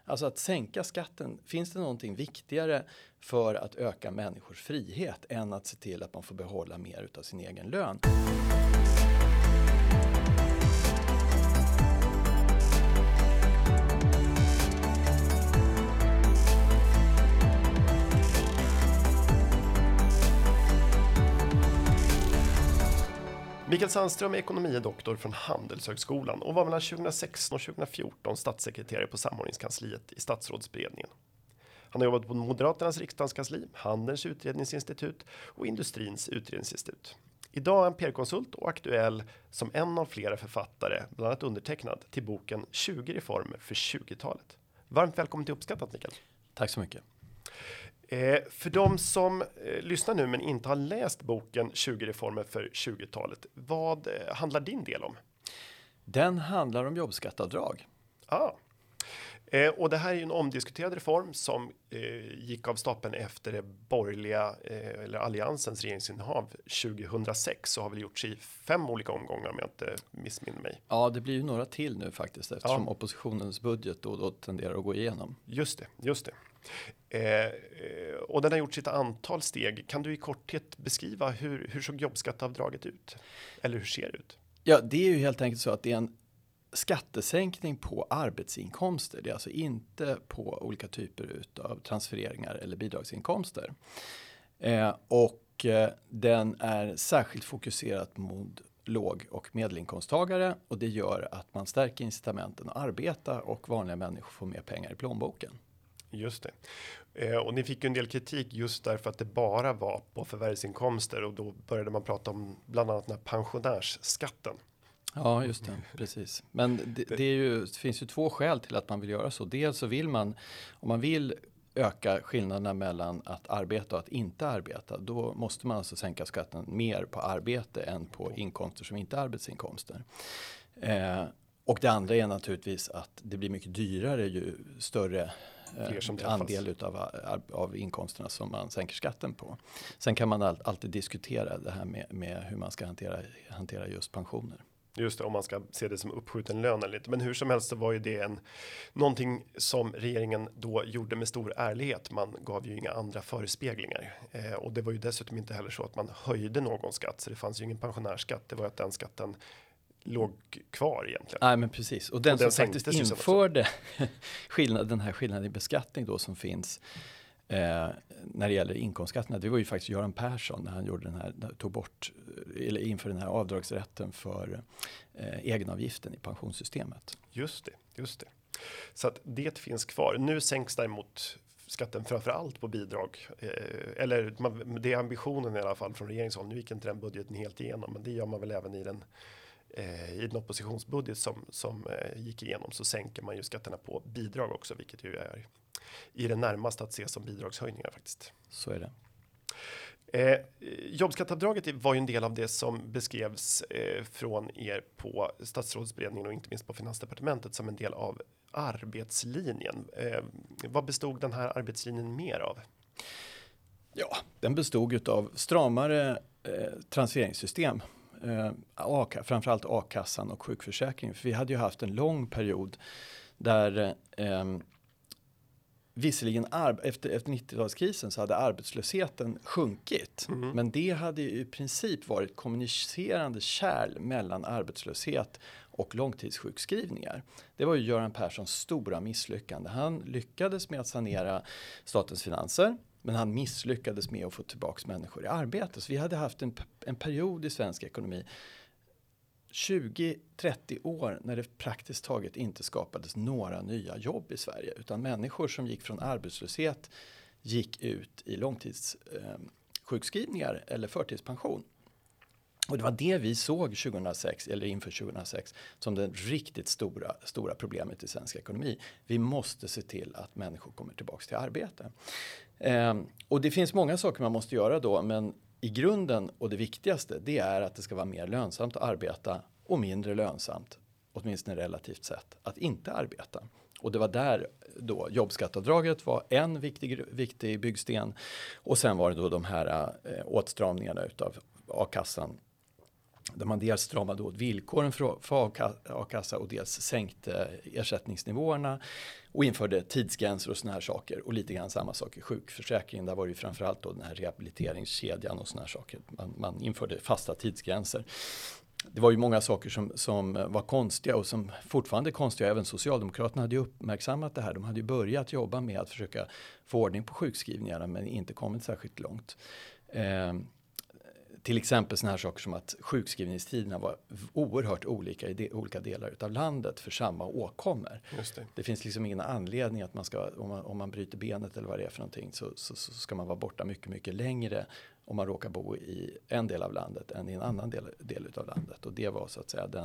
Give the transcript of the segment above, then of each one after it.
Alltså att sänka skatten, finns det någonting viktigare för att öka människors frihet än att se till att man får behålla mer utav sin egen lön? Mikael Sandström är ekonomidoktor från Handelshögskolan och var mellan 2016 och 2014 statssekreterare på samordningskansliet i statsrådsberedningen. Han har jobbat på Moderaternas riksdagskansli, Handelns utredningsinstitut och Industrins utredningsinstitut. Idag är han PR-konsult och aktuell som en av flera författare, bland annat undertecknad, till boken 20 reformer för 20-talet. Varmt välkommen till Uppskattat, Mikael. Tack så mycket. För de som lyssnar nu men inte har läst boken 20 reformer för 20-talet, vad handlar din del om? Den handlar om jobbskatteavdrag. Och det här är ju en omdiskuterad reform som gick av stapeln efter det borgerliga eller alliansens regeringsinnehav 2006 och har väl gjorts i 5 olika omgångar om jag inte missminner mig. Ja, det blir ju några till nu faktiskt eftersom oppositionens budget då tenderar att gå igenom. Just det. Och den har gjort sitt antal steg. Kan du i korthet beskriva hur såg jobbskatteavdraget ut? Eller hur ser det ut? Ja, det är ju helt enkelt så att det är en skattesänkning på arbetsinkomster. Det är alltså inte på olika typer av transfereringar eller bidragsinkomster. Och den är särskilt fokuserad mot låg- och medelinkomsttagare och det gör att man stärker incitamenten att arbeta och vanliga människor får mer pengar i plånboken. Just det. Och ni fick ju en del kritik just därför att det bara var på förvärvsinkomster och då började man prata om bland annat den här pensionärsskatten. Ja, just det. Precis. Men det finns ju 2 skäl till att man vill göra så. Dels så vill man, om man vill öka skillnaderna mellan att arbeta och att inte arbeta, då måste man alltså sänka skatten mer på arbete än på inkomster som inte är arbetsinkomster. Och det andra är naturligtvis att det blir mycket dyrare ju större andel av inkomsterna som man sänker skatten på. Sen kan man alltid diskutera det här med hur man ska hantera just pensioner. Just det, om man ska se det som uppskjuten lön eller inte. Men hur som helst så var ju det någonting som regeringen då gjorde med stor ärlighet. Man gav ju inga andra förespeglingar. Och det var ju dessutom inte heller så att man höjde någon skatt. Så det fanns ju ingen pensionärsskatt. Det var att den skatten låg kvar egentligen. Nej, men precis. Och den som faktiskt införde den här skillnaden i beskattning då som finns när det gäller inkomstskatterna, det var ju faktiskt Göran Persson när han gjorde inför den här avdragsrätten för egenavgiften i pensionssystemet. Just det. Så att det finns kvar. Nu sänks däremot skatten framför allt på bidrag. Det är ambitionen i alla fall från regeringshåll. Nu gick inte den budgeten helt igenom, men det gör man väl även i den oppositionsbudget som gick igenom, så sänker man ju skatterna på bidrag också, vilket ju är i det närmaste att se som bidragshöjningar faktiskt. Så är det. Jobbskatteavdraget var ju en del av det som beskrevs från er på statsrådsberedningen och inte minst på Finansdepartementet som en del av arbetslinjen. Vad bestod den här arbetslinjen mer av? Ja, den bestod av stramare transfereringssystem. Framförallt a-kassan och sjukförsäkringen. För vi hade ju haft en lång period där visserligen efter 90-talskrisen så hade arbetslösheten sjunkit. Men det hade ju i princip varit kommunicerande kärl mellan arbetslöshet och långtidssjukskrivningar. Det var ju Göran Perssons stora misslyckande. Han lyckades med att sanera statens finanser. Men han misslyckades med att få tillbaka människor i arbete. Så vi hade haft en period i svensk ekonomi 20-30 år när det praktiskt taget inte skapades några nya jobb i Sverige. Utan människor som gick från arbetslöshet gick ut i långtidssjukskrivningar eller förtidspension. Och det var det vi såg 2006 eller inför 2006 som det riktigt stora problemet i svensk ekonomi. Vi måste se till att människor kommer tillbaka till arbete. Och det finns många saker man måste göra då, men i grunden och det viktigaste det är att det ska vara mer lönsamt att arbeta och mindre lönsamt, åtminstone relativt sett, att inte arbeta. Och det var där då jobbskatteavdraget var en viktig byggsten och sen var det då de här åtstramningarna utav a-kassan där man dels stramade åt villkoren för a-kassa och dels sänkte ersättningsnivåerna och införde tidsgränser och såna här saker. Och lite grann samma sak i sjukförsäkringen. Där var det ju framförallt då den här rehabiliteringskedjan och såna här saker. Man införde fasta tidsgränser. Det var ju många saker som var konstiga och som fortfarande är konstiga. Även Socialdemokraterna hade ju uppmärksammat det här. De hade ju börjat jobba med att försöka få ordning på sjukskrivningarna men inte kommit särskilt långt. Till exempel såna här saker som att sjukskrivningstiderna var oerhört olika i olika delar av landet för samma åkommor. Just det. Det finns liksom ingen anledning att man ska, om man bryter benet eller vad det är för någonting så ska man vara borta mycket, mycket längre om man råkar bo i en del av landet än i en annan del av landet. Och det var så att säga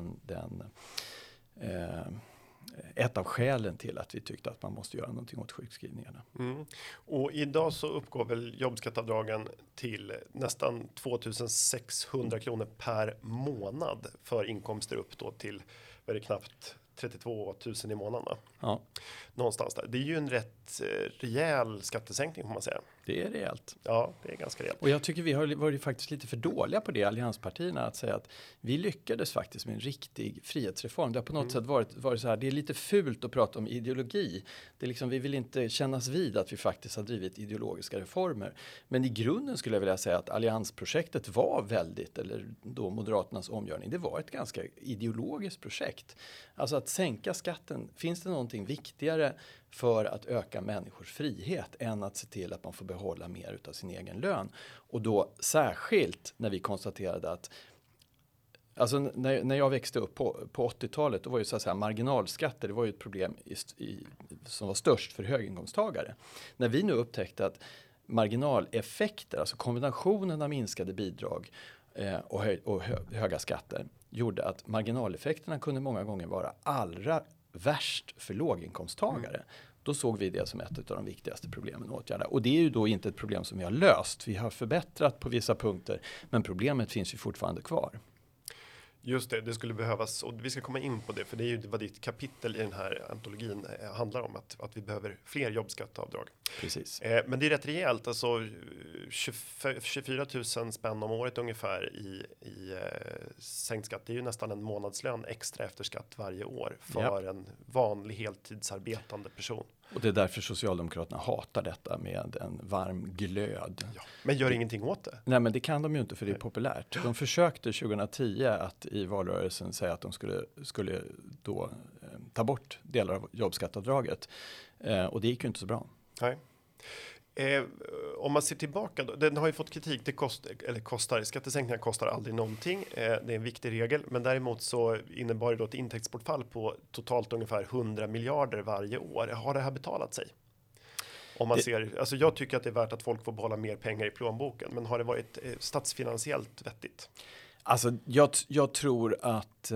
ett av skälen till att vi tyckte att man måste göra någonting åt sjukskrivningarna. Mm. Och idag så uppgår väl jobbskatteavdragen till nästan 2600 kronor per månad för inkomster upp då till vad är det, knappt 32 000 i månaden. Ja. Någonstans där. Det är ju en rätt rejäl skattesänkning får man säga. Det är rejält. Ja, det är ganska rejält. Och jag tycker vi har varit faktiskt lite för dåliga på det, allianspartierna, att säga att vi lyckades faktiskt med en riktig frihetsreform. Det har på något sätt varit så här, det är lite fult att prata om ideologi. Det är liksom, vi vill inte kännas vid att vi faktiskt har drivit ideologiska reformer. Men i grunden skulle jag vilja säga att alliansprojektet var väldigt, eller då Moderaternas omgörning, det var ett ganska ideologiskt projekt. Alltså att sänka skatten, finns det någonting viktigare för att öka människors frihet än att se till att man får behålla mer av sin egen lön. Och då särskilt när vi konstaterade att alltså när jag växte upp på 80-talet, då var ju så att säga marginalskatter, det var ju ett problem som var störst för höginkomsttagare. När vi nu upptäckte att marginaleffekter, alltså kombinationen av minskade bidrag och höga skatter, gjorde att marginaleffekterna kunde många gånger vara allra värst för låginkomsttagare. Då såg vi det som ett av de viktigaste problemen att åtgärda. Och det är ju då inte ett problem som vi har löst. Vi har förbättrat på vissa punkter, men problemet finns ju fortfarande kvar. Just det, det skulle behövas, och vi ska komma in på det, för det är ju vad ditt kapitel i den här antologin handlar om, att vi behöver fler jobbskatteavdrag. Precis. Men det är rätt rejält, alltså 24 000 spänn om året ungefär i sänkt skatt. Det är ju nästan en månadslön extra efter skatt varje år för en vanlig heltidsarbetande person. Och det är därför Socialdemokraterna hatar detta med en varm glöd. Ja, men gör ingenting åt det? Nej, men det kan de ju inte för det är populärt. De försökte 2010 att i valrörelsen säga att de skulle då ta bort delar av jobbskatteavdraget. Och det gick ju inte så bra. Nej. Om man ser tillbaka då, den har ju fått kritik, skattesänkningar kostar aldrig någonting, det är en viktig regel, men däremot så innebar det då ett intäktsbortfall på totalt ungefär 100 miljarder varje år. Har det här betalat sig? Om man ser, alltså jag tycker att det är värt att folk får behålla mer pengar i plånboken, men har det varit statsfinansiellt vettigt? Alltså jag tror att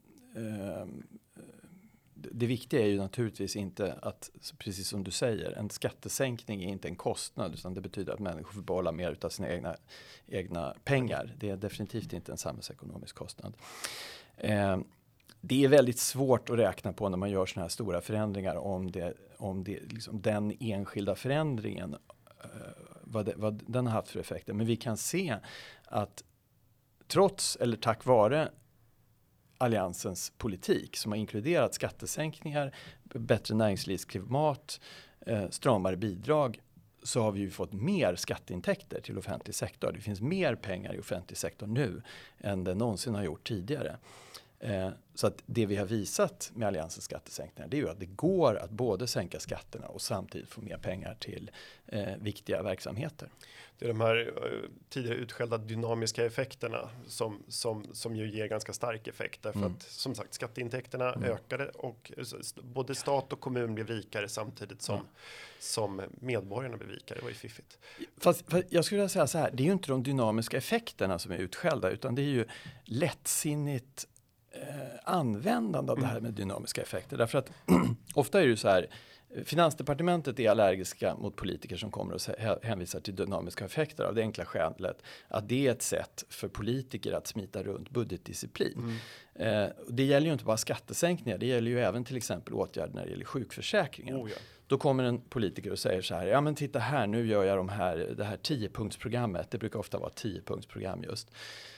det viktiga är ju naturligtvis inte att, precis som du säger, en skattesänkning är inte en kostnad, utan det betyder att människor får behålla mer av sina egna pengar. Det är definitivt inte en samhällsekonomisk kostnad. Det är väldigt svårt att räkna på när man gör såna här stora förändringar om det liksom den enskilda förändringen, vad den har haft för effekter. Men vi kan se att trots eller tack vare alliansens politik som har inkluderat skattesänkningar, bättre näringslivsklimat, stramare bidrag, så har vi ju fått mer skatteintäkter till offentlig sektor. Det finns mer pengar i offentlig sektor nu än det någonsin har gjort tidigare. Så att det vi har visat med alliansens skattesänkningar, det är ju att det går att både sänka skatterna och samtidigt få mer pengar till viktiga verksamheter. Det är de här tidigare utskällda dynamiska effekterna som ju ger ganska stark effekt. Därför att som sagt skatteintäkterna ökade och både stat och kommun blev rikare samtidigt som medborgarna blev rikare. Det var ju fiffigt. Fast jag skulle vilja säga så här, det är ju inte de dynamiska effekterna som är utskällda, utan det är ju lättsinnigt användande av det här med dynamiska effekter. Därför att ofta är det ju så här, Finansdepartementet är allergiska mot politiker som kommer och hänvisar till dynamiska effekter av det enkla skälet att det är ett sätt för politiker att smita runt budgetdisciplin. Det gäller ju inte bara skattesänkningar, det gäller ju även till exempel åtgärder när det gäller sjukförsäkringen. Då kommer en politiker och säger så här, ja men titta här, nu gör jag det här 10-punktsprogrammet, det brukar ofta vara 10-punktsprogram just.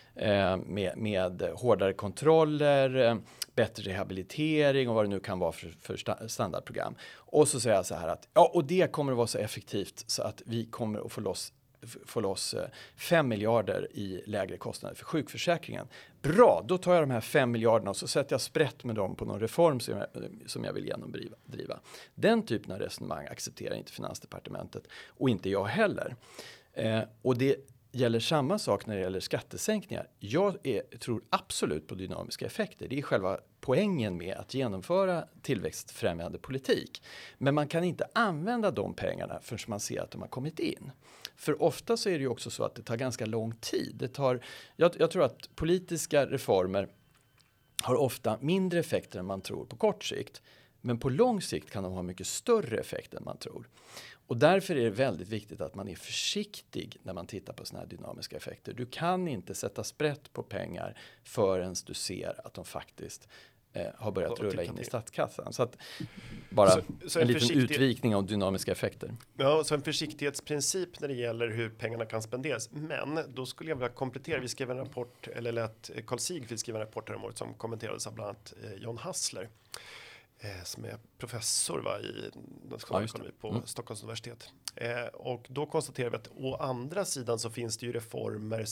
med hårdare kontroller, bättre rehabilitering och vad det nu kan vara för standardprogram. Och så säger jag så här att och det kommer att vara så effektivt så att vi kommer att få loss 5 miljarder i lägre kostnader för sjukförsäkringen. Bra, då tar jag de här 5 miljarderna och så sätter jag sprätt med dem på någon reform som jag vill genomdriva. Den typen av resonemang accepterar inte Finansdepartementet och inte jag heller. Och det gäller samma sak när det gäller skattesänkningar. Jag tror absolut på dynamiska effekter. Det är själva poängen med att genomföra tillväxtfrämjande politik. Men man kan inte använda de pengarna förrän man ser att de har kommit in. För ofta så är det ju också så att det tar ganska lång tid. Jag tror att politiska reformer har ofta mindre effekter än man tror på kort sikt. Men på lång sikt kan de ha mycket större effekt än man tror. Och därför är det väldigt viktigt att man är försiktig när man tittar på såna här dynamiska effekter. Du kan inte sätta sprätt på pengar förrän du ser att de faktiskt har börjat rulla in i statskassan. Så att bara så en liten utvikning om dynamiska effekter. Ja, så en försiktighetsprincip när det gäller hur pengarna kan spenderas. Men då skulle jag vilja komplettera. Vi skrev en rapport, eller lät Carl Sigfrid skriva en rapport här om året som kommenterades av bland annat John Hassler. Som är professor i nationalekonomi på Stockholms universitet. Och då konstaterar vi att å andra sidan så finns det ju reformer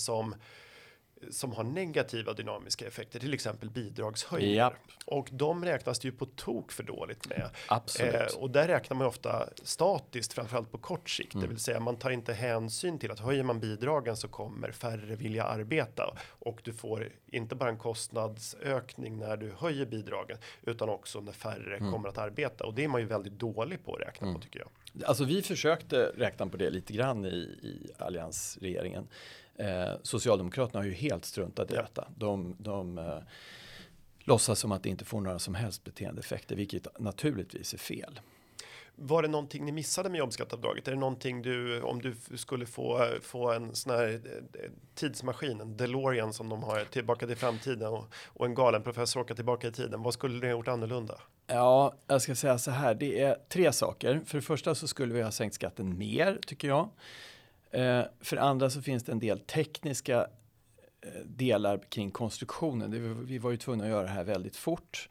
som har negativa dynamiska effekter, till exempel bidragshöjningar. Yep. Och de räknas det ju på tok för dåligt med. Absolut. Och där räknar man ofta statiskt, framförallt på kort sikt. Det vill säga man tar inte hänsyn till att höjer man bidragen så kommer färre vilja arbeta. Och du får inte bara en kostnadsökning när du höjer bidragen utan också när färre kommer att arbeta. Och det är man ju väldigt dålig på att räkna på, tycker jag. Alltså vi försökte räkna på det lite grann i alliansregeringen. Socialdemokraterna har ju helt struntat i detta. De låtsas som att det inte får några som helst beteendeeffekter, vilket naturligtvis är fel. Var det någonting ni missade med jobbskatteavdraget? Är det någonting om du skulle få en sån här tidsmaskin, en DeLorean som de har tillbaka till framtiden och en galen professor åka tillbaka i tiden, vad skulle ni ha gjort annorlunda? Ja, jag ska säga så här, det är 3 saker. För det första så skulle vi ha sänkt skatten mer, tycker jag. För det andra så finns det en del tekniska delar kring konstruktionen. Vi var ju tvungna att göra det här väldigt fort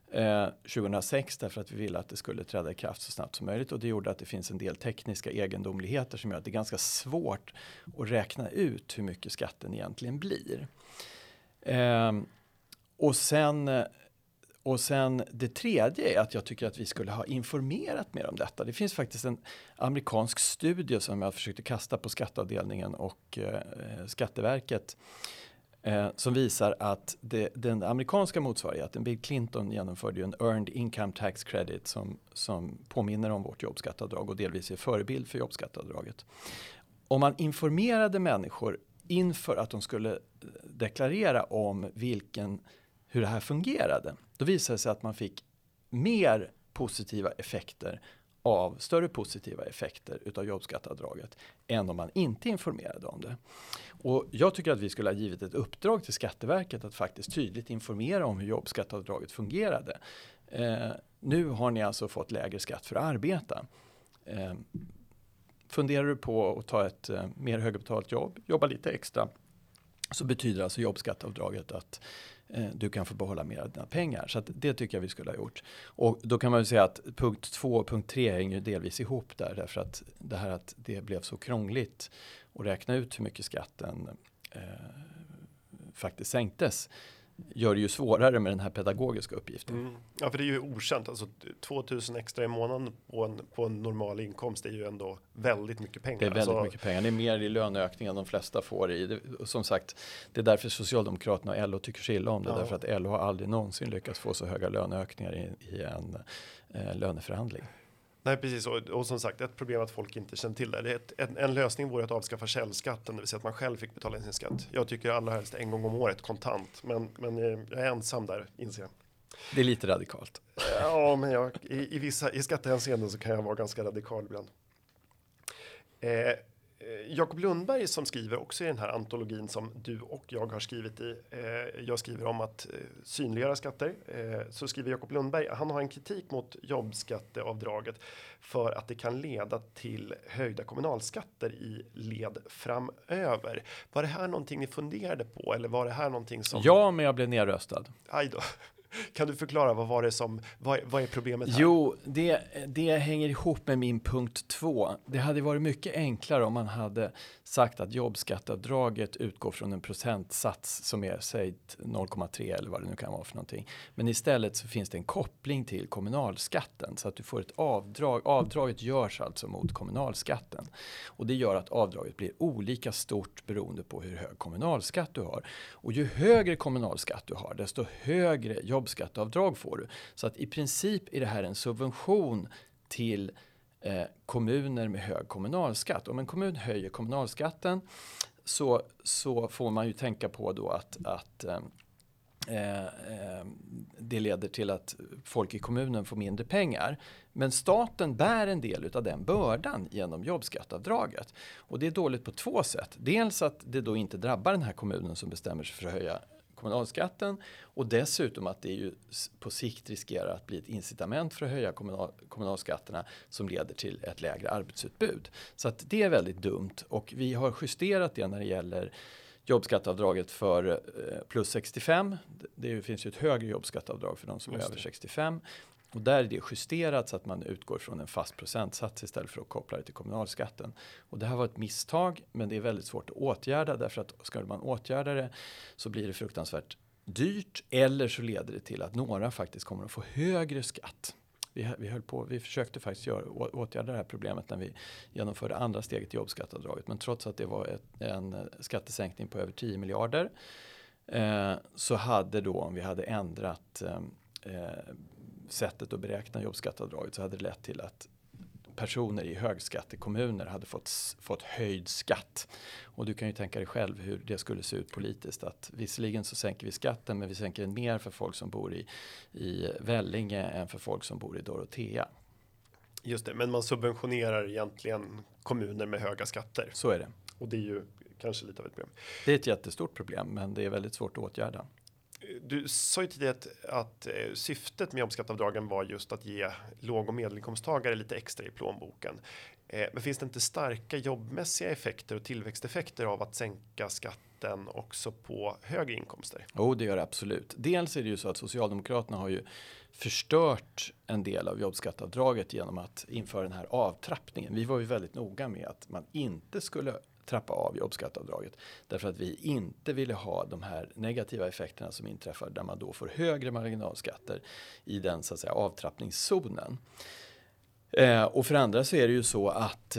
2006 därför att vi ville att det skulle träda i kraft så snabbt som möjligt. Och det gjorde att det finns en del tekniska egendomligheter som gör att det är ganska svårt att räkna ut hur mycket skatten egentligen blir. Och sen det tredje är att jag tycker att vi skulle ha informerat mer om detta. Det finns faktiskt en amerikansk studie som jag försökte kasta på skatteavdelningen och Skatteverket som visar att den amerikanska motsvarigheten, Bill Clinton genomförde ju en Earned Income Tax Credit som påminner om vårt jobbskatteavdrag och delvis är förebild för jobbskatteavdraget. Om man informerade människor inför att de skulle deklarera om hur det här fungerade, då visade det sig att man fick större positiva effekter utav jobbskatteavdraget än om man inte informerade om det. Och jag tycker att vi skulle ha givit ett uppdrag till Skatteverket att faktiskt tydligt informera om hur jobbskatteavdraget fungerade. Nu har ni alltså fått lägre skatt för att arbeta. Funderar du på att ta ett mer högbetalt jobb, jobba lite extra, så betyder alltså jobbskatteavdraget att du kan få behålla mer av dina pengar. Så att det tycker jag vi skulle ha gjort. Och då kan man ju säga att punkt 2 och punkt 3 hänger delvis ihop där. Därför att det här att det blev så krångligt att räkna ut hur mycket skatten faktiskt sänktes gör det ju svårare med den här pedagogiska uppgiften. Ja, för det är ju okänt. Alltså 2000 extra i månaden på en normal inkomst är ju ändå väldigt mycket pengar. Det är väldigt mycket pengar. Det är mer i löneökning än de flesta får i. Som sagt, det är därför Socialdemokraterna och LO tycker så illa om det. Ja. Därför att LO har aldrig någonsin lyckats få så höga löneökningar i en löneförhandling. Nej, precis. Och som sagt, ett problem att folk inte känner till det. En lösning vore att avskaffa källskatten, det vill säga att man själv fick betala in sin skatt. Jag tycker allra helst en gång om året kontant, men jag är ensam där, inser jag. Det är lite radikalt. Ja, men i skattehänseenden så kan jag vara ganska radikal ibland. Jakob Lundberg som skriver också i den här antologin som du och jag har skrivit i. Jag skriver om att synliggöra skatter. Så skriver Jakob Lundberg, han har en kritik mot jobbskatteavdraget för att det kan leda till höjda kommunalskatter i led framöver. Var det här någonting ni funderade på eller var det här någonting som... Ja, men jag blev nedröstad. Aj då. Kan du förklara vad är problemet här? Jo, det hänger ihop med min punkt 2. Det hade varit mycket enklare om man hade sagt att jobbskatteavdraget utgår från en procentsats som är säg 0,3 eller vad det nu kan vara för någonting. Men istället så finns det en koppling till kommunalskatten så att du får ett avdrag. Avdraget görs alltså mot kommunalskatten. Och det gör att avdraget blir olika stort beroende på hur hög kommunalskatt du har. Och ju högre kommunalskatt du har, desto högre jobbskatteavdrag får du. Så att i princip är det här en subvention till kommuner med hög kommunalskatt. Om en kommun höjer kommunalskatten så får man ju tänka på då att det leder till att folk i kommunen får mindre pengar. Men staten bär en del av den bördan genom jobbskatteavdraget. Och det är dåligt på 2 sätt. Dels att det då inte drabbar den här kommunen som bestämmer sig för att höja kommunalskatten och dessutom att det ju på sikt riskerar att bli ett incitament för att höja kommunalskatterna som leder till ett lägre arbetsutbud. Så att det är väldigt dumt och vi har justerat det när det gäller jobbskatteavdraget för plus 65. Det finns ju ett högre jobbskatteavdrag för de som är över 65. Och där är det justerat så att man utgår från en fast procentsats istället för att koppla det till kommunalskatten. Och det här var ett misstag men det är väldigt svårt att åtgärda därför att ska man åtgärda det så blir det fruktansvärt dyrt eller så leder det till att några faktiskt kommer att få högre skatt. Vi försökte faktiskt åtgärda det här problemet när vi genomförde andra steget i jobbskatteavdraget. Men trots att det var en skattesänkning på över 10 miljarder så hade då om vi hade ändrat sättet att beräkna jobbskatteavdraget så hade det lett till att personer i högskattekommuner hade fått höjd skatt. Och du kan ju tänka dig själv hur det skulle se ut politiskt. Att visserligen så sänker vi skatten men vi sänker den mer för folk som bor i Vellinge än för folk som bor i Dorotea. Just det, men man subventionerar egentligen kommuner med höga skatter. Så är det. Och det är ju kanske lite av ett problem. Det är ett jättestort problem men det är väldigt svårt att åtgärda. Du sa ju tidigare att syftet med jobbskatteavdragen var just att ge låg- och medelinkomsttagare lite extra i plånboken. Men finns det inte starka jobbmässiga effekter och tillväxteffekter av att sänka skatten också på högre inkomster? Jo, det gör det absolut. Dels är det ju så att Socialdemokraterna har ju förstört en del av jobbskatteavdraget genom att införa den här avtrappningen. Vi var ju väldigt noga med att man inte skulle trappa av jobbskatteavdraget. Därför att vi inte ville ha de här negativa effekterna som inträffar där man då får högre marginalskatter i den så att säga avtrappningszonen. Och för andra så är det ju så att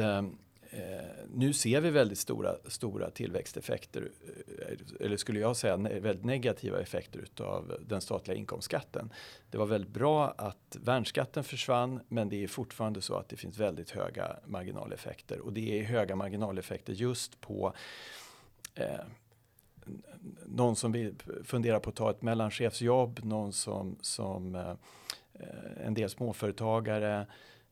nu ser vi väldigt stora tillväxteffekter eller skulle jag säga väldigt negativa effekter av den statliga inkomstskatten. Det var väldigt bra att värnskatten försvann men det är fortfarande så att det finns väldigt höga marginaleffekter och det är höga marginaleffekter just på någon som vill fundera på att ta ett mellanchefsjobb, någon som en del småföretagare.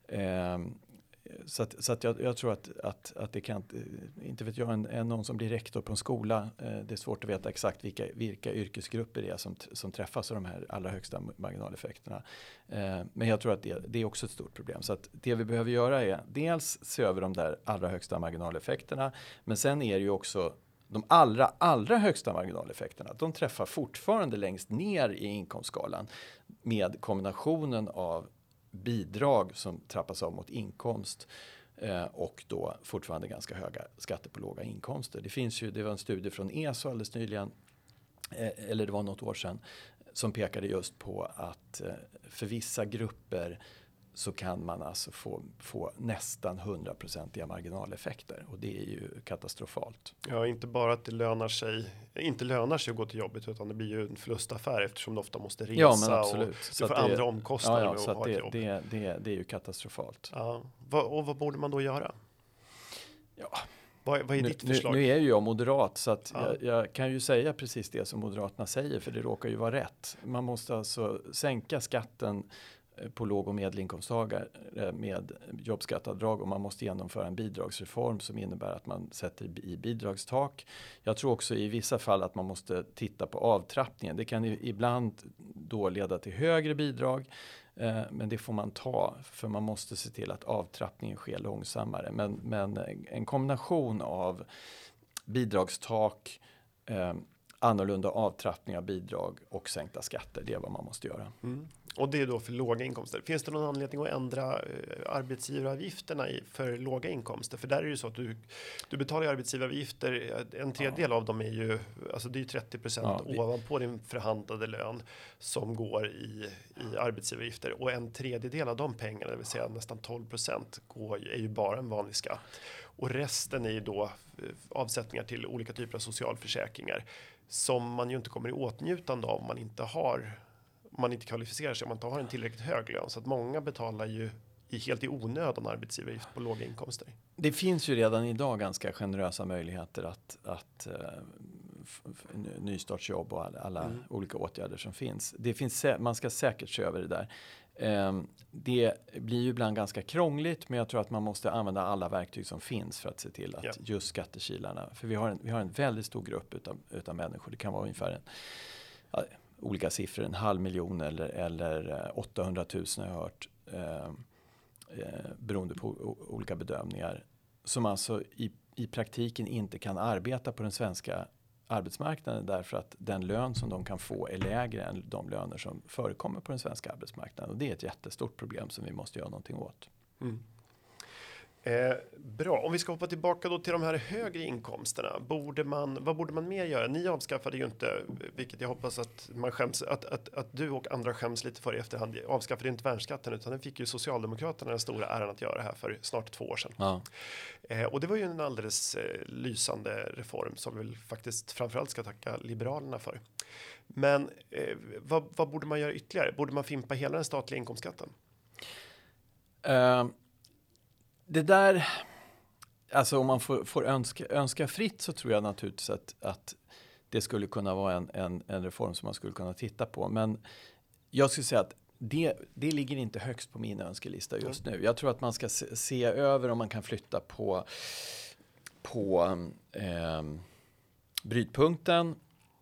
Så att jag tror att det kan, inte vet jag, någon som blir rektor på en skola, det är svårt att veta exakt vilka yrkesgrupper det är som träffas av de här allra högsta marginaleffekterna. Men jag tror att det är också ett stort problem. Så att det vi behöver göra är dels se över de där allra högsta marginaleffekterna, men sen är det ju också de allra högsta marginaleffekterna, de träffar fortfarande längst ner i inkomstskalan med kombinationen av bidrag som trappas av mot inkomst och då fortfarande ganska höga skatter på låga inkomster. Det var en studie från ESO alldeles nyligen, eller det var något år sedan, som pekade just på att för vissa grupper så kan man alltså få nästan 100% marginaleffekter och det är ju katastrofalt. Ja, inte bara att det inte lönar sig att gå till jobbet utan det blir ju en förlustaffär eftersom du ofta måste resa och du får andra omkostnader med att ha ett jobb. Det är ju katastrofalt. Ja. Vad borde man då göra? Ja. Vad är ditt förslag? Nu är ju jag moderat så att jag kan ju säga precis det som Moderaterna säger för det råkar ju vara rätt. Man måste alltså sänka skatten på låg- och medelinkomsttagare med jobbskatteavdrag och man måste genomföra en bidragsreform som innebär att man sätter i bidragstak. Jag tror också i vissa fall att man måste titta på avtrappningen. Det kan ibland då leda till högre bidrag, men det får man ta för man måste se till att avtrappningen sker långsammare. Men en kombination av bidragstak, annorlunda avtrappning av bidrag och sänkta skatter, det är vad man måste göra. Och det är då för låga inkomster. Finns det någon anledning att ändra arbetsgivaravgifterna för låga inkomster? För där är det ju så att du betalar arbetsgivaravgifter, en tredjedel av dem är ju, alltså det är ju 30% ovanpå din förhandlade lön som går i arbetsgivaravgifter. Och en tredjedel av de pengarna, det vill säga nästan 12%, är ju bara en vanlig skatt. Och resten är ju då avsättningar till olika typer av socialförsäkringar som man ju inte kommer i åtnjutande av om man inte kvalificerar sig, om man inte har en tillräckligt hög lön. Så att många betalar ju helt i onödan arbetsgivaravgift på låga inkomster. Det finns ju redan idag ganska generösa möjligheter att nystartsjobb och alla olika åtgärder som finns. Man ska säkert se över det där. Det blir ju ibland ganska krångligt, men jag tror att man måste använda alla verktyg som finns för att se till att just skattekilarna, för vi har en väldigt stor grupp utav människor, det kan vara ungefär olika siffror, 500 000 eller 800 000 har jag hört, beroende på olika bedömningar, som alltså i praktiken inte kan arbeta på den svenska arbetsmarknaden därför att den lön som de kan få är lägre än de löner som förekommer på den svenska arbetsmarknaden. Och det är ett jättestort problem som vi måste göra någonting åt. Bra, om vi ska hoppa tillbaka då till de här högre inkomsterna, vad borde man mer göra? Ni avskaffade ju inte, vilket jag hoppas att man skäms, att du och andra skäms lite för i efterhand, avskaffade inte värnskatten, utan den fick ju Socialdemokraterna den stora äran att göra här för snart 2 år sedan. Ja. Och det var ju en alldeles lysande reform som vi väl faktiskt framförallt ska tacka Liberalerna för. Men vad borde man göra ytterligare? Borde man fimpa hela den statliga inkomstskatten? Det där, alltså om man får önska fritt, så tror jag naturligtvis att det skulle kunna vara en reform som man skulle kunna titta på. Men jag skulle säga att det ligger inte högst på min önskelista just nu. Jag tror att man ska se över om man kan flytta på brytpunkten.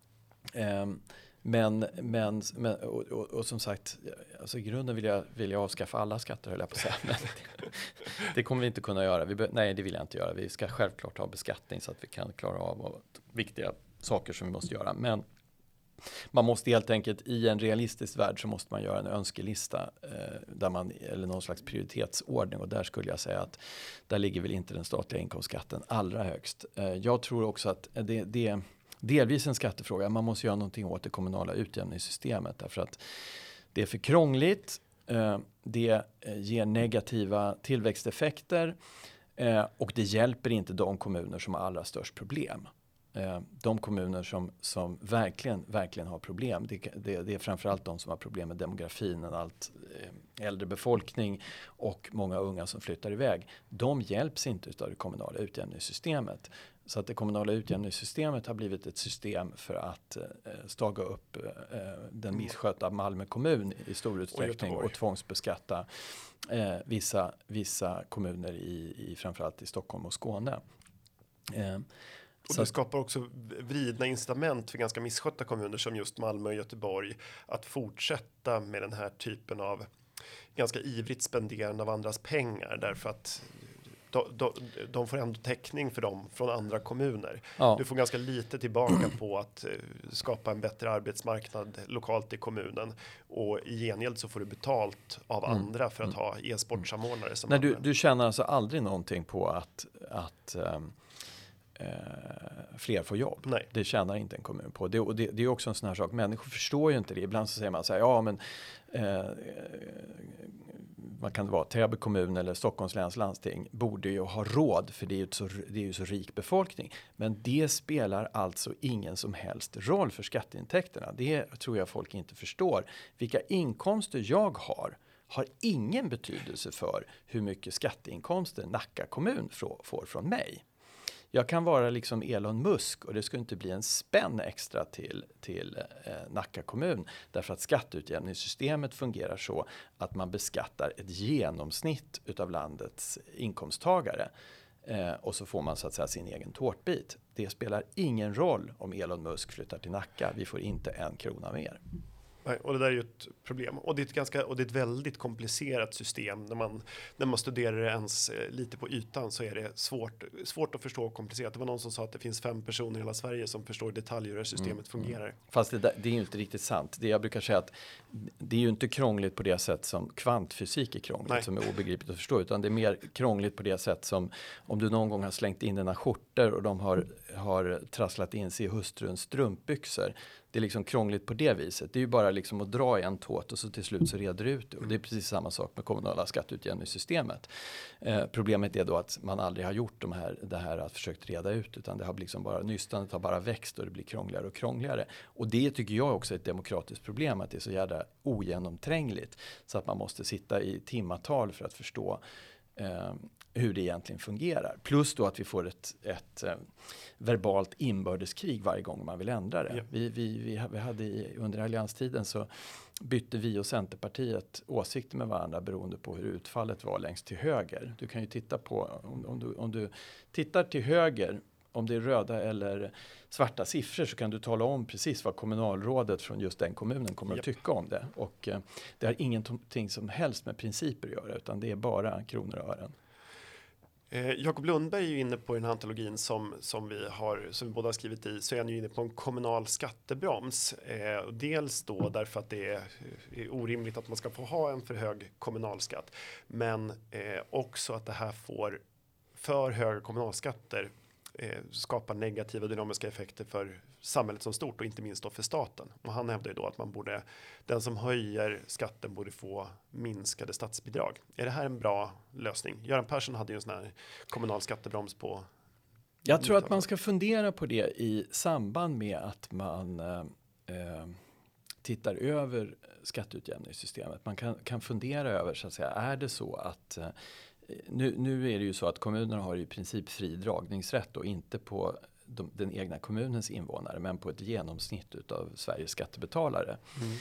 Men som sagt, alltså i grunden vill jag avskaffa alla skatter, höll jag på att säga. Men det kommer vi inte kunna göra. Nej, det vill jag inte göra. Vi ska självklart ha beskattning så att vi kan klara av viktiga saker som vi måste göra. Men man måste helt enkelt, i en realistisk värld så måste man göra en önskelista eller någon slags prioritetsordning, och där skulle jag säga att där ligger väl inte den statliga inkomstskatten allra högst. Jag tror också att det är delvis en skattefråga. Man måste göra någonting åt det kommunala utjämningssystemet därför att det är för krångligt. Det ger negativa tillväxteffekter och det hjälper inte de kommuner som har allra störst problem. De kommuner som verkligen har problem, det är framförallt de som har problem med demografin, en allt äldre befolkning och många unga som flyttar iväg. De hjälps inte av det kommunala utjämningssystemet. Så att det kommunala utjämningssystemet har blivit ett system för att staga upp den misskötta Malmö kommun i stor utsträckning och tvångsbeskatta vissa kommuner i framförallt i Stockholm och Skåne. Och det skapar också vridna incitament för ganska misskötta kommuner som just Malmö och Göteborg att fortsätta med den här typen av ganska ivrigt spenderande av andras pengar, därför att de får ändå täckning för dem från andra kommuner. Ja. Du får ganska lite tillbaka på att skapa en bättre arbetsmarknad lokalt i kommunen, och i gengäld så får du betalt av andra för att ha e-sportsamordnare. Som du känner alltså aldrig någonting på att fler får jobb. Nej. Det tjänar inte en kommun på. Det är också en sån här sak. Människor förstår ju inte det. Ibland så säger man så här, ja men man kan vara Täby kommun eller Stockholms läns landsting borde ju ha råd, för det är ju så rik befolkning. Men det spelar alltså ingen som helst roll för skatteintäkterna. Det tror jag folk inte förstår. Vilka inkomster jag har ingen betydelse för hur mycket skatteinkomster Nacka kommun får från mig. Jag kan vara liksom Elon Musk och det skulle inte bli en spänn extra till Nacka kommun. Därför att skatteutjämningssystemet fungerar så att man beskattar ett genomsnitt utav landets inkomsttagare. Och så får man så att säga sin egen tårtbit. Det spelar ingen roll om Elon Musk flyttar till Nacka. Vi får inte 1 krona mer. Och det där är ju ett problem. Och det är ett väldigt komplicerat system. När man studerar det ens lite på ytan så är det svårt att förstå och komplicerat. Det var någon som sa att det finns 5 personer i hela Sverige som förstår detaljer hur systemet fungerar. Fast det är ju inte riktigt sant. Det jag brukar säga att det är ju inte krångligt på det sätt som kvantfysik är krångligt. Nej. Som är obegripligt att förstå. Utan det är mer krångligt på det sätt som om du någon gång har slängt in dina skjortor och de har trasslat in sig i hustruns strumpbyxor. Det är liksom krångligt på det viset. Det är ju bara liksom att dra i en tåt och så till slut så reder det ut det. Och det är precis samma sak med kommunala skatteutjämningssystemet. Problemet är då att man aldrig har gjort det här att försökt reda ut. Utan det har liksom bara, nystandet har bara växt och det blir krångligare och krångligare. Och det tycker jag också är ett demokratiskt problem. Att det är så jävla ogenomträngligt. Så att man måste sitta i timmatal för att förstå hur det egentligen fungerar. Plus då att vi får ett verbalt inbördeskrig varje gång man vill ändra det. Ja. Vi hade under allianstiden så bytte vi och Centerpartiet åsikter med varandra beroende på hur utfallet var längst till höger. Du kan ju titta på, om du tittar till höger, om det är röda eller svarta siffror så kan du tala om precis vad kommunalrådet från just den kommunen kommer att tycka om det. Och det har ingenting som helst med principer att göra utan det är bara kronor och ören. Jakob Lundberg är ju inne på den här antologin som vi båda har skrivit i, så är han ju inne på en kommunal skattebroms. Dels då därför att det är orimligt att man ska få ha en för hög kommunalskatt, men också att det här får för höga kommunalskatter skapar negativa dynamiska effekter för samhället som stort och inte minst då för staten. Och han hävdar ju då att den som höjer skatten borde få minskade statsbidrag. Är det här en bra lösning? Göran Persson hade ju en sån här kommunal skattebroms på. Jag tror att man ska fundera på det i samband med att man tittar över skatteutjämningssystemet. Man kan fundera över så att säga, är det så att nu är det ju så att kommunerna har i princip fri dragningsrätt och inte på den egna kommunens invånare men på ett genomsnitt av Sveriges skattebetalare.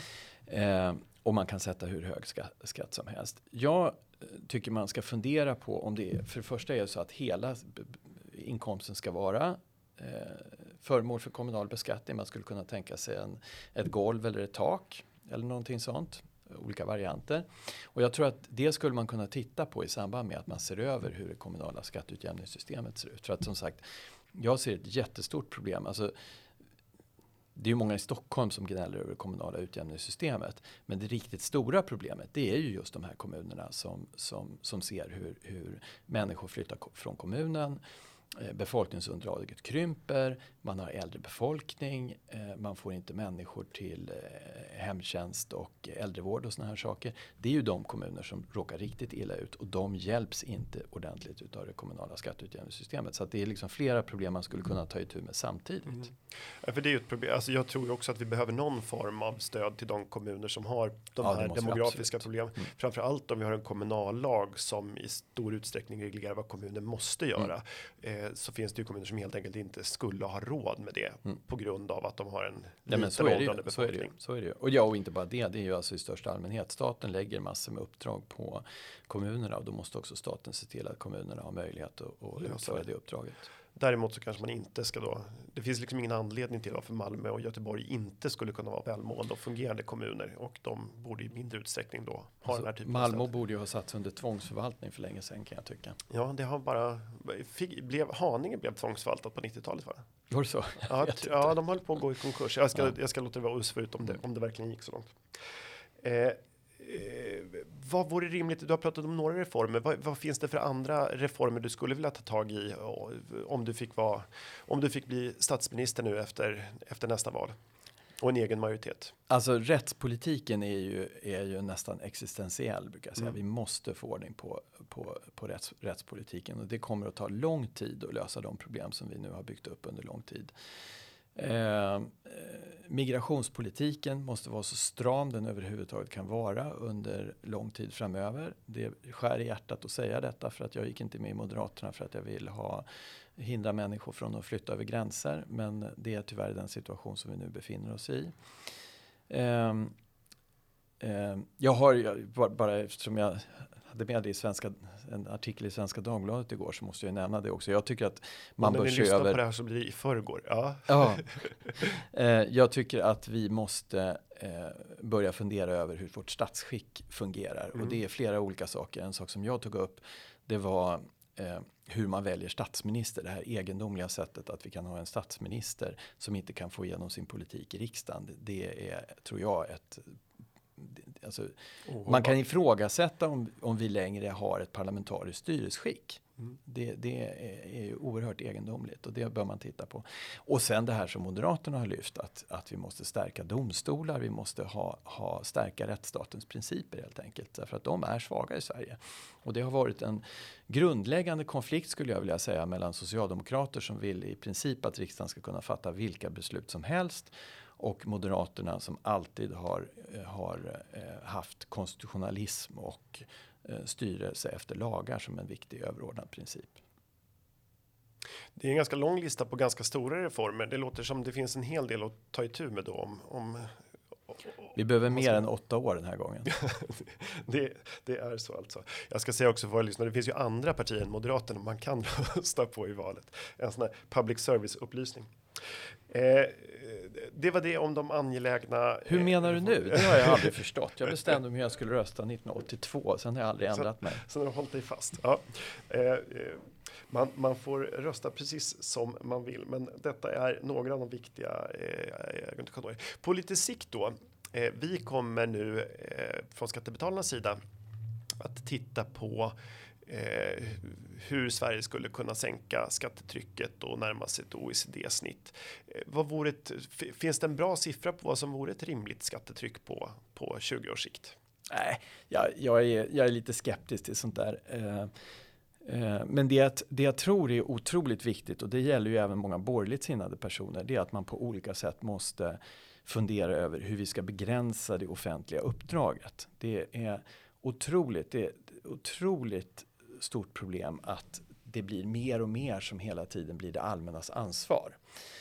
Och man kan sätta hur hög skatt som helst. Jag tycker man ska fundera på om det för det första är så att hela inkomsten ska vara föremål för kommunal beskattning. Man skulle kunna tänka sig ett golv eller ett tak eller någonting sånt. Olika varianter. Och jag tror att det skulle man kunna titta på i samband med att man ser över hur det kommunala skatteutjämningssystemet ser ut. För att som sagt, jag ser ett jättestort problem. Alltså, det är ju många i Stockholm som gnäller över det kommunala utjämningssystemet. Men det riktigt stora problemet det är ju just de här kommunerna som ser hur människor flyttar från kommunen. Befolkningsunderlaget krymper, man har äldre befolkning, man får inte människor till hemtjänst och äldrevård och såna här saker. Det är ju de kommuner som råkar riktigt illa ut och de hjälps inte ordentligt utav det kommunala skatteutjämningssystemet. Så att det är liksom flera problem man skulle kunna ta itu med samtidigt. Ja, för det är ju ett problem. Alltså jag tror ju också att vi behöver någon form av stöd till de kommuner som har de här demografiska problemen. Framförallt om vi har en kommunallag som i stor utsträckning reglerar vad kommunen måste göra. Så finns det ju kommuner som helt enkelt inte skulle ha råd med det på grund av att de har en liten åldrande befolkning. Så är det ju. Och inte bara det är ju alltså i största allmänhet. Staten lägger massor med uppdrag på kommunerna och då måste också staten se till att kommunerna har möjlighet att utföra det uppdraget. Däremot så kanske man inte ska då, det finns liksom ingen anledning till varför Malmö och Göteborg inte skulle kunna vara välmående och fungerande kommuner och de borde i mindre utsträckning då ha den här typen av Malmö borde ju ha satts under tvångsförvaltning för länge sedan kan jag tycka. Ja, det har bara, Haninge blev tvångsförvaltat på 90-talet va? Var det så? Ja, de höll på att gå i konkurs. Jag ska låta det vara usförut om det verkligen gick så långt. Vad vore rimligt? Du har pratat om några reformer. Vad finns det för andra reformer du skulle vilja ta tag i om du fick bli statsminister nu efter nästa val och en egen majoritet? Alltså rättspolitiken är ju nästan existentiell brukar jag säga. Vi måste få ordning på rättspolitiken och det kommer att ta lång tid att lösa de problem som vi nu har byggt upp under lång tid. Migrationspolitiken måste vara så stram den överhuvudtaget kan vara under lång tid framöver. Det skär i hjärtat att säga detta, för att jag gick inte med i Moderaterna för att jag vill hindra människor från att flytta över gränser. Men det är tyvärr den situation som vi nu befinner oss i. Jag har bara eftersom jag hade med det i en artikel i Svenska Dagbladet igår, så måste jag nämna det också. Jag tycker att man bör se över... på det här så blir det i förrgår. Ja. Jag tycker att vi måste börja fundera över hur vårt statsskick fungerar. Och det är flera olika saker. En sak som jag tog upp, det var hur man väljer statsminister. Det här egendomliga sättet att vi kan ha en statsminister som inte kan få igenom sin politik i riksdagen. Det är, tror jag, man kan ifrågasätta om vi längre har ett parlamentariskt styrelseskick. Det är ju oerhört egendomligt, och det bör man titta på. Och sen det här som Moderaterna har lyft, att vi måste stärka domstolar, vi måste stärka rättsstatens principer helt enkelt, därför att de är svaga i Sverige. Och det har varit en grundläggande konflikt, skulle jag vilja säga, mellan socialdemokrater som vill i princip att riksdagen ska kunna fatta vilka beslut som helst, och Moderaterna som alltid har haft konstitutionalism och styrelse efter lagar som en viktig överordnad princip. Det är en ganska lång lista på ganska stora reformer. Det låter som det finns en hel del att ta itu med då. Vi behöver mer än 8 år den här gången. det är så alltså. Jag ska säga också för våra lyssnare, det finns ju andra partier än Moderaterna man kan rösta på i valet. En sån här public service-upplysning. Det var det om de angelägna... Hur menar du nu? Det har jag aldrig förstått. Jag bestämde hur jag skulle rösta 1982. Sen har jag aldrig ändrat mig. Sen har du hållit dig fast. Ja. Man får rösta precis som man vill. Men detta är några av de viktiga på lite sikt då. Vi kommer nu från skattebetalarnas sida att titta på hur Sverige skulle kunna sänka skattetrycket och närma sig ett OECD-snitt. Finns det en bra siffra på vad som vore ett rimligt skattetryck på 20 års sikt? Nej, jag är lite skeptisk till sånt där. Men det jag tror är otroligt viktigt, och det gäller ju även många borgerligt sinnade personer, det är att man på olika sätt måste fundera över hur vi ska begränsa det offentliga uppdraget. Det är otroligt stort problem att det blir mer och mer som hela tiden blir det allmännas ansvar.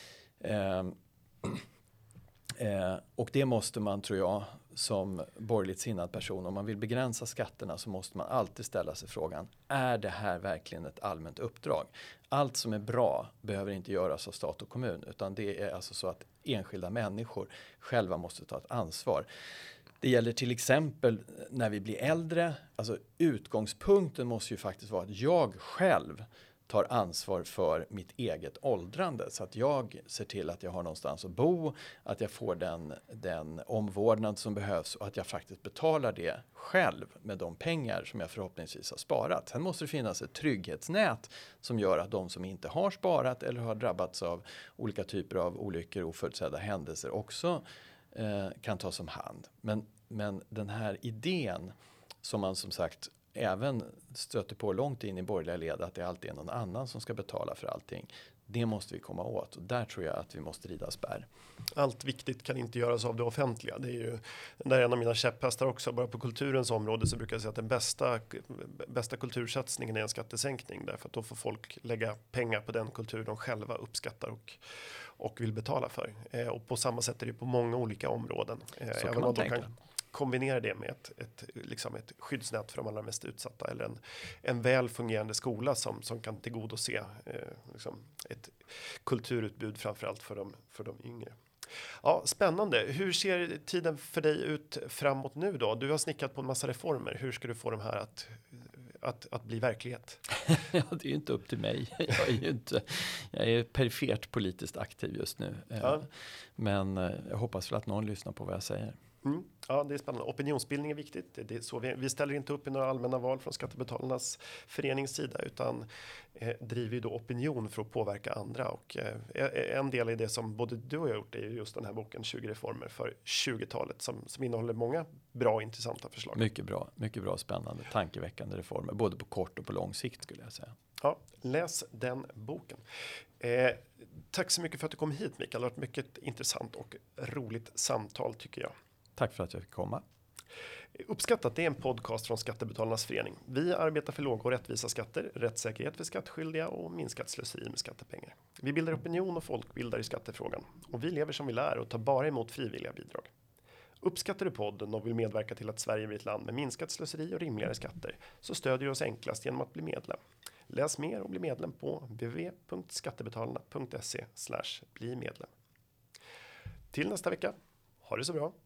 Och det måste man, tror jag, som borgerligt sinnad person, om man vill begränsa skatterna, så måste man alltid ställa sig frågan: är det här verkligen ett allmänt uppdrag? Allt som är bra behöver inte göras av stat och kommun, utan det är alltså så att enskilda människor själva måste ta ett ansvar. Det gäller till exempel när vi blir äldre. Alltså utgångspunkten måste ju faktiskt vara att jag själv tar ansvar för mitt eget åldrande, så att jag ser till att jag har någonstans att bo, att jag får den omvårdnad som behövs, och att jag faktiskt betalar det själv med de pengar som jag förhoppningsvis har sparat. Sen måste det finnas ett trygghetsnät som gör att de som inte har sparat eller har drabbats av olika typer av olyckor och oförutsedda händelser också kan tas om hand. Men den här idén som man som sagt även stöter på långt in i borgerliga led, att det alltid är någon annan som ska betala för allting, det måste vi komma åt, och där tror jag att vi måste rida spärr. Allt viktigt kan inte göras av det offentliga. Det är ju där en av mina käpphästar också. Bara på kulturens område så brukar jag säga att den bästa kultursatsningen är en skattesänkning, därför att då får folk lägga pengar på den kultur de själva uppskattar och vill betala för. Och på samma sätt är det på många olika områden. Så kan man tänka. Kombinera det med ett skyddsnät för de allra mest utsatta, eller en väl fungerande skola som kan tillgodose ett kulturutbud framförallt för de yngre. Ja, spännande. Hur ser tiden för dig ut framåt nu då? Du har snickat på en massa reformer. Hur ska du få de här att bli verklighet? Ja, det är ju inte upp till mig. Jag är perifert politiskt aktiv just nu. Ja. Men jag hoppas väl att någon lyssnar på vad jag säger. Ja, det är spännande. Opinionsbildning är viktigt. Det är så vi ställer inte upp i några allmänna val från Skattebetalarnas förenings sida, utan driver då opinion för att påverka andra. Och en del i det som både du och jag har gjort är just den här boken 20 reformer för 20-talet som innehåller många bra intressanta förslag. Mycket bra, spännande, tankeväckande reformer, både på kort och på lång sikt skulle jag säga. Ja, läs den boken. Tack så mycket för att du kom hit, Mikael. Det har varit mycket intressant och roligt samtal tycker jag. Tack för att jag fick komma. Uppskattat, det är en podcast från Skattebetalarnas förening. Vi arbetar för låga och rättvisa skatter, rättssäkerhet för skattskyldiga och minskat slöseri med skattepengar. Vi bildar opinion och folkbildar i skattefrågan. Och vi lever som vi lär och tar bara emot frivilliga bidrag. Uppskattar du podden och vill medverka till att Sverige blir ett land med minskat slöseri och rimligare skatter, så stödjer du oss enklast genom att bli medlem. Läs mer och bli medlem på www.skattebetalarna.se/bli medlem. Till nästa vecka, ha det så bra!